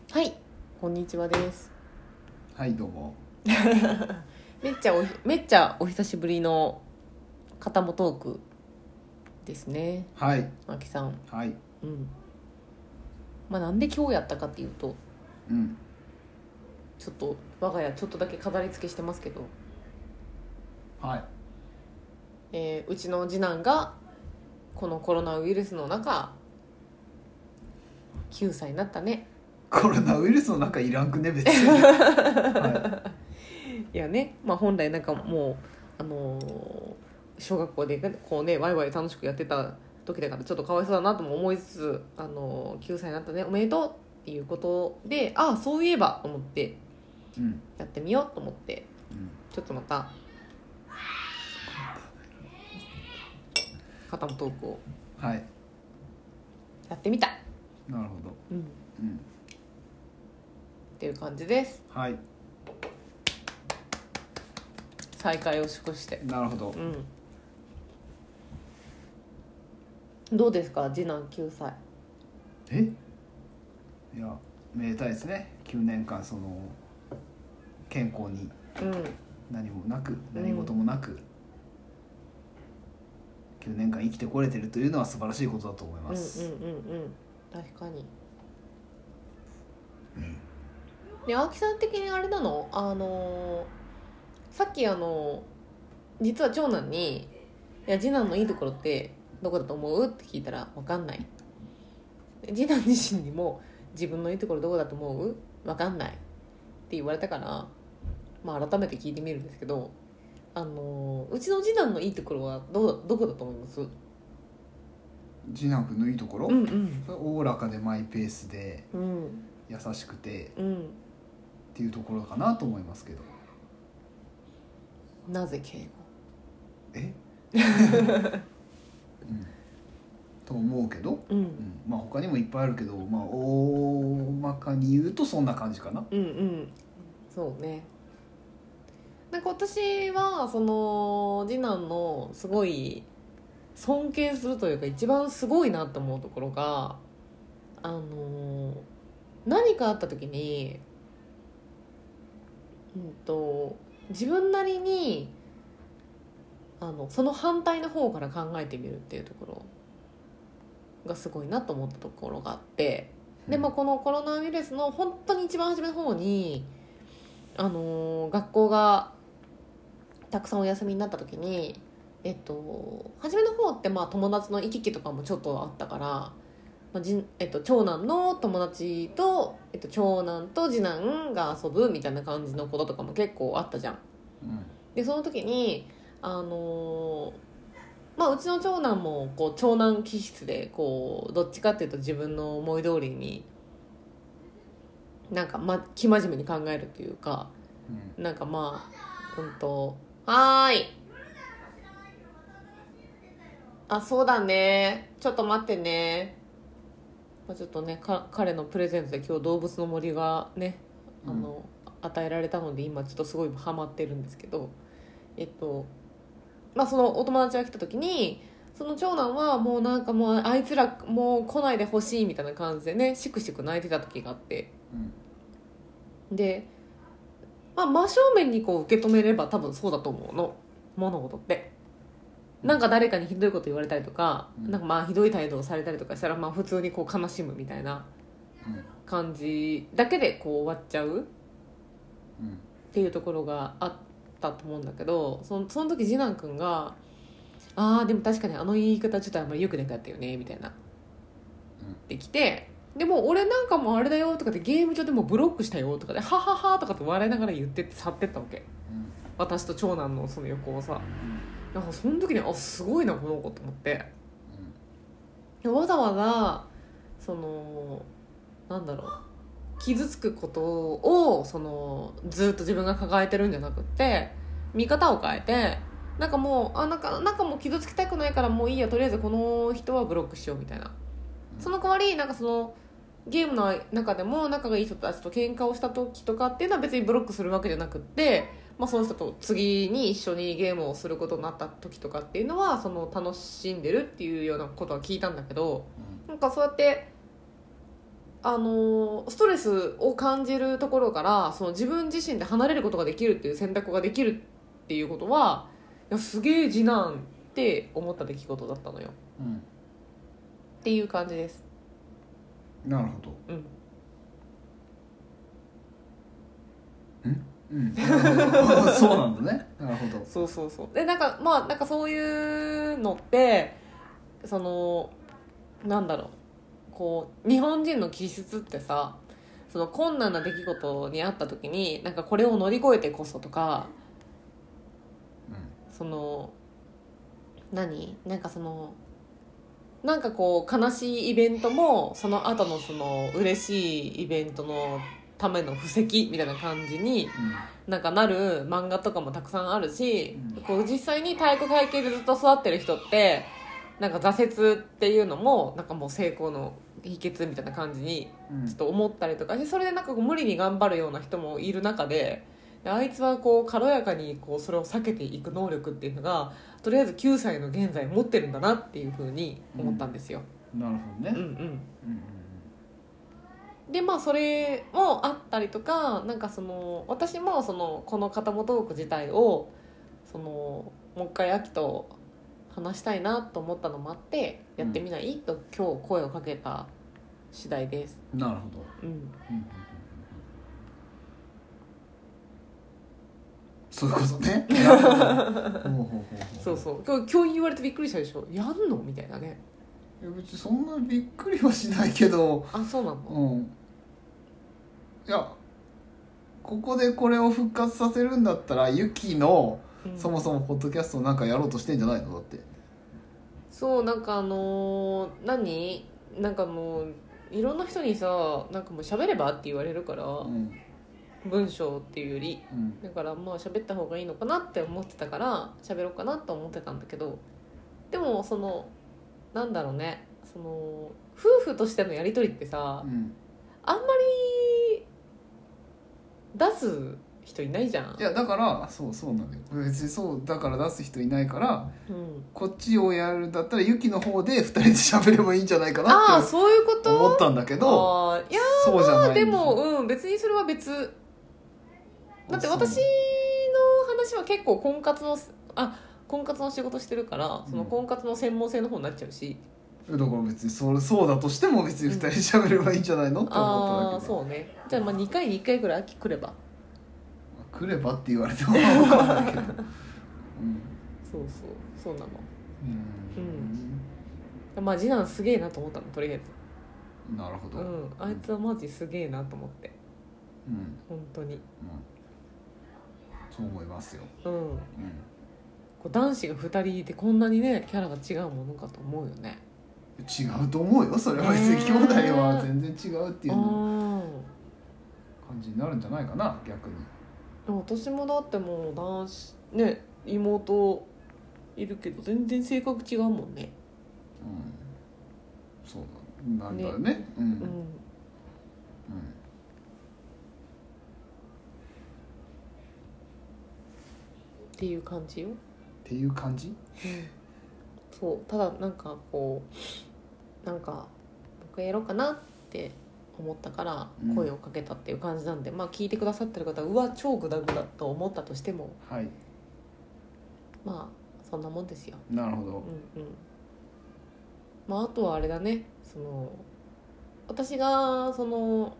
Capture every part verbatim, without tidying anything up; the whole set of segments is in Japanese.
はい、こんにちはです。 はい、どうも。 めっちゃおめっちゃお久しぶりの肩もトークですね。 はい。 マキさん。 はい。 うん。まあなんで今日やったかっていうと、 うん。 ちょっと我が家ちょっとだけ飾り付けしてますけど、 はい。 えーうちの次男がこのコロナウイルスの中きゅうさいになったね。 コロナウイルスの中いらんくね、別に。はいいやね、まあ本来なんかもうあのー小学校でこうねワイワイ楽しくやってた時だからちょっとかわいそうだなとも思いつつ、あのーきゅうさいになったねおめでとうっていうことで、ああそういえばと思ってい。うん。 やってみようと思ってうん。 ちょっとまた肩もトークをはい。 やってみた、 なるほど。 うん、っうん。 ていう感じです。 はい。 再会を祝して、 なるほど。 うん、どうですか次男きゅうさい。 えいや、めでたいですね。きゅうねんかん、その、健康にうん何もなく、何事もなく、きゅうねんかん生きてこれてるというのは素晴らしいことだと思います。 うんうんうんうん確かに。で青木さん的にあれなの、あのーさっきあの実は長男に「いや次男のいいところってどこだと思う?」って聞いたら「分かんない」、次男自身にも「自分のいいところどこだと思う？分かんない」って言われたから、まあ、改めて聞いてみるんですけど、あのーうちの次男のいいところはどどこだと思います？ 次男君のいいところ、 うんうんおおらかでマイペースでうん優しくてうんっていうところかなと思いますけど。 なぜ敬語？ えうんと思うけど、 うんうんまあ他にもいっぱいあるけど、まあ大まかに言うとそんな感じかな。 うんうんそうね。なんか私はその次男のすごい尊敬するというか一番すごいなと思うところが、あの何かあった時に、うんと、自分なりにあのその反対の方から考えてみるっていうところがすごいなと思ったところがあって、で、まあ、このコロナウイルスの本当に一番初めの方に、あの学校がたくさんお休みになった時に、えっと、初めの方ってまあ友達の行き来とかもちょっとあったから、まあじえっと、長男の友達と、えっと、長男と次男が遊ぶみたいな感じのこととかも結構あったじゃん。 うんでその時にあのまあ、うちの長男もこう長男気質でこうどっちかっていうと自分の思い通りになんか、ま、生真面目に考えるというか、 うんなんかまあうんとはーいあそうだねちょっと待ってね、まあ、ちょっとねか彼のプレゼントで今日動物の森がねあの、うん、与えられたので今ちょっとすごいハマってるんですけど、えっとまあそのお友達が来た時にその長男はもうなんかもうあいつらもう来ないでほしいみたいな感じでねしくしく泣いてた時があって、で、まあ、真正面にこう受け止めれば多分そうだと思うの物事って。なんか誰かにひどいこと言われたりとか、 うんなんかまあひどい態度をされたりとかしたらまあ普通にこう悲しむみたいな感じだけでこう終わっちゃうっていうところがあったと思うんだけど、その、その時次男くんがあーでも確かにあの言い方ちょっとあんまり良くなかったよねみたいなできて、でも俺なんかもうあれだよとかでゲーム上でもブロックしたよとかではははとかって笑いながら言ってって去ってったわけ、私と長男のその横をさ。なんかその時にあすごいなこの子と思って、わざわざそのなんだろう傷つくことをそのずっと自分が抱えてるんじゃなくって見方を変えて、なんかもうあなんかなんかもう傷つきたくないからもういいやとりあえずこの人はブロックしようみたいな、その代わりなんかそのゲームの中でも仲がいい人たちと喧嘩をした時とかっていうのは別にブロックするわけじゃなくって、まあ、その人と次に一緒にゲームをすることになった時とかっていうのはその楽しんでるっていうようなことは聞いたんだけど、なんかそうやってあのストレスを感じるところからその自分自身で離れることができるっていう選択ができるっていうことはいやすげえ次男って思った出来事だったのよ、 うん、 っていう感じです。 なるほど。 うんうん、そうなんだね。なるほど。 そうそうそう。でなんかまあなんかそういうのってそのなんだろうこう日本人の気質ってさその困難な出来事にあった時になんかこれを乗り越えてこそとか、うん、その何なんかそのなんかこう悲しいイベントもその後のその嬉しいイベントのための布石みたいな感じに、うん、なんかなる漫画とかもたくさんあるし、うん、こう実際に体育会系でずっと育ってる人ってなんか挫折っていうのもなんかもう成功の秘訣みたいな感じにちょっと思ったりとかして、それでなんかこう無理に頑張るような人もいる中であいつはこう軽やかにこうそれを避けていく能力っていうのがとりあえずきゅうさいの現在持ってるんだなっていうふうに思ったんですよ、 うん、なるほどね、 うんうんうんうん、でまあそれもあったりとかなんかその私もそのこの片本トーク自体をそのもう一回秋と話したいなと思ったのもあってやってみない、うん、と今日声をかけた次第です。 なるほど、 うんうん、 そういうことねそうそう今日、今日言われてびっくりしたでしょ。やんのみたいなね。 いや別にそんなびっくりはしないけど。 あ、そうなの、 うん、いやここでこれを復活させるんだったらユキの、うん、そもそもポッドキャストなんかやろうとしてんじゃないの。だってそうなんかあのー、何なんかもういろんな人にさなんかもう喋ればって言われるから、うん、文章っていうより、うん、だからまあ喋った方がいいのかなって思ってたから喋ろうかなと思ってたんだけど、でもそのなんだろうねその夫婦としてのやり取りってさ、うん、あんまり出す人いないじゃん。 いやだからそうそうなんだよ。別にそうだから出す人いないから、うん、こっちをやるんだったらユキの方でふたりで喋ればいいんじゃないかなって思ったんだけど、 あいやそうじゃないんですよ。まあでも、うん、別にそれは別だって私の話は結構婚活のあ婚活の仕事してるからその婚活の専門性の方になっちゃうし、 うん、だから別にそれそうだとしても別にふたりで喋ればいいんじゃないの、うん、って思っただけだ。 あそうね。じゃあまあにかいにいっかいぐらい秋来れば来ればって言われても分かんないけど、うん、 そうそうそうなの。うん、うん、まあ次男すげえなと思ったのとりあえず。なるほど、 うん、あいつはマジすげえなと思って、うん、本当に、うん、 そう思いますよ、 うんうん、こう男子がふたりいてこんなにねキャラが違うものかと思うよね。 違うと思うよそれは。別に兄弟は全然違うっていうの感じになるんじゃないかな逆に。 私もだってもう男子ね妹いるけど全然性格違うもんね。 うん、そうなんだよね。ね、うん、うん、うん、 っていう感じよ。 っていう感じ？うん、 そうただなんかこうなんか僕やろうかなって思ったから声をかけたっていう感じなんで、うん、まあ聞いてくださってる方はうわ超グダグダと思ったとしても、はい、まあそんなもんですよ。 なるほど、 うんうん、まああとはあれだねその私がその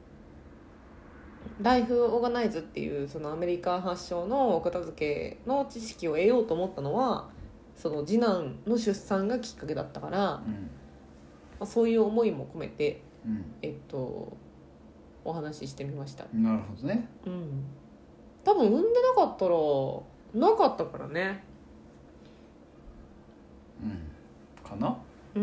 ライフオーガナイズっていうそのアメリカ発祥のお片付けの知識を得ようと思ったのはその次男の出産がきっかけだったから、うんまあ、そういう思いも込めてうん、えっとお話ししてみました。 なるほどね。 うん。多分産んでなかったらなかったからね。 うん。かな？ うん。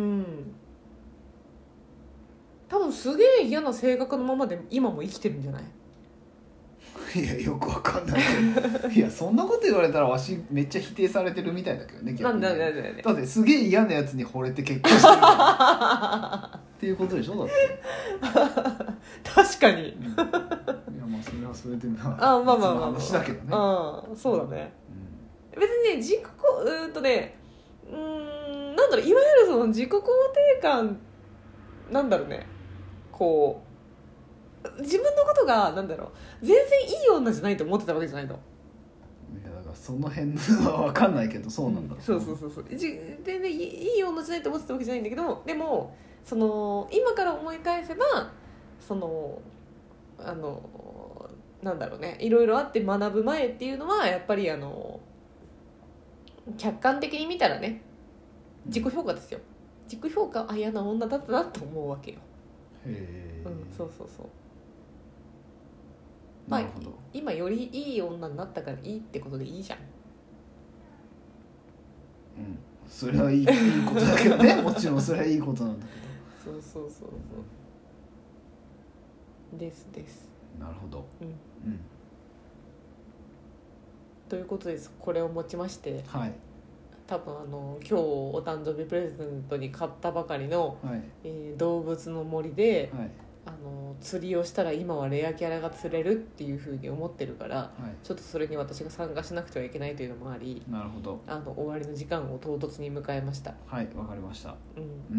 多分すげえ嫌な性格のままで今も生きてるんじゃない？ いやよくわかんないけどいやそんなこと言われたらわしめっちゃ否定されてるみたいだけどね。 なんでなんでなんでなんでだってすげえ嫌なやつに惚れて結婚してるっていうことでしょだって確かに、 うん、いやまあそれはそれでなあまあまあまあ話だけどね。 あそうだね、うん、別にね自己うーんとねうーんなんだろういわゆるその自己肯定感なんだろうねここう自分のことがなんだろう全然いい女じゃないと思ってたわけじゃないの。 いやだからその辺は分かんないけどそうなんだ、 うん、そうそうそうそう全然いい女じゃないと思ってたわけじゃないんだけど、でもその今から思い返せばそのあのなんだろうね、いろいろあって学ぶ前っていうのはやっぱりあの客観的に見たらね自己評価ですよ。自己評価あ嫌な女だったなと思うわけよ。 へえ、 うん、そうそうそう。まあ今よりいい女になったからいいってことでいいじゃん。 うん、それはいい、いいことだけどねもちろんそれはいいことなんだけどそうそうそうそうですです。 なるほど、 うん、うん、ということです。これをもちまして、 はい、 多分あの今日お誕生日プレゼントに買ったばかりの、はい、えー、動物の森で、はい、あの釣りをしたら今はレアキャラが釣れるっていう風に思ってるから、はい、ちょっとそれに私が参加しなくてはいけないというのもあり、 なるほど、 あの終わりの時間を唐突に迎えました。 はい、わかりました。うん、うん、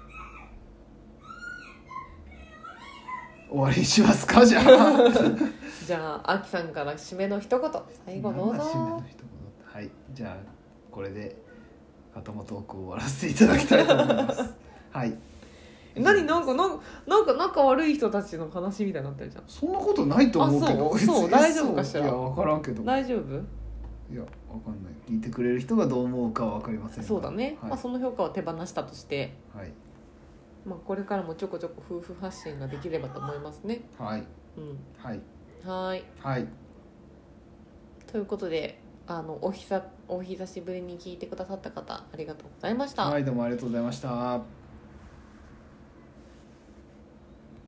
終わりにしますかじゃあじゃああきさんから締めの一言最後どうぞ。 締めの一言、はい、じゃあこれで頭トークを終わらせていただきたいと思いますはい何なんかなんかなんか仲悪い人たちの話みたいになってるじゃん。 そんなことないと思うけど。 そうそう大丈夫かしら。 いや分からんけど大丈夫。 いや分かんない。聞いてくれる人がどう思うかは分かりませんが。 そうだね、はい、まあ、その評価は手放したとして、 はい、 まあ、これからもちょこちょこ夫婦発信ができればと思いますね。 はい、 うん、 はいはいはいということであのおひさお久しぶりに聞いてくださった方ありがとうございました。 はい、どうもありがとうございました。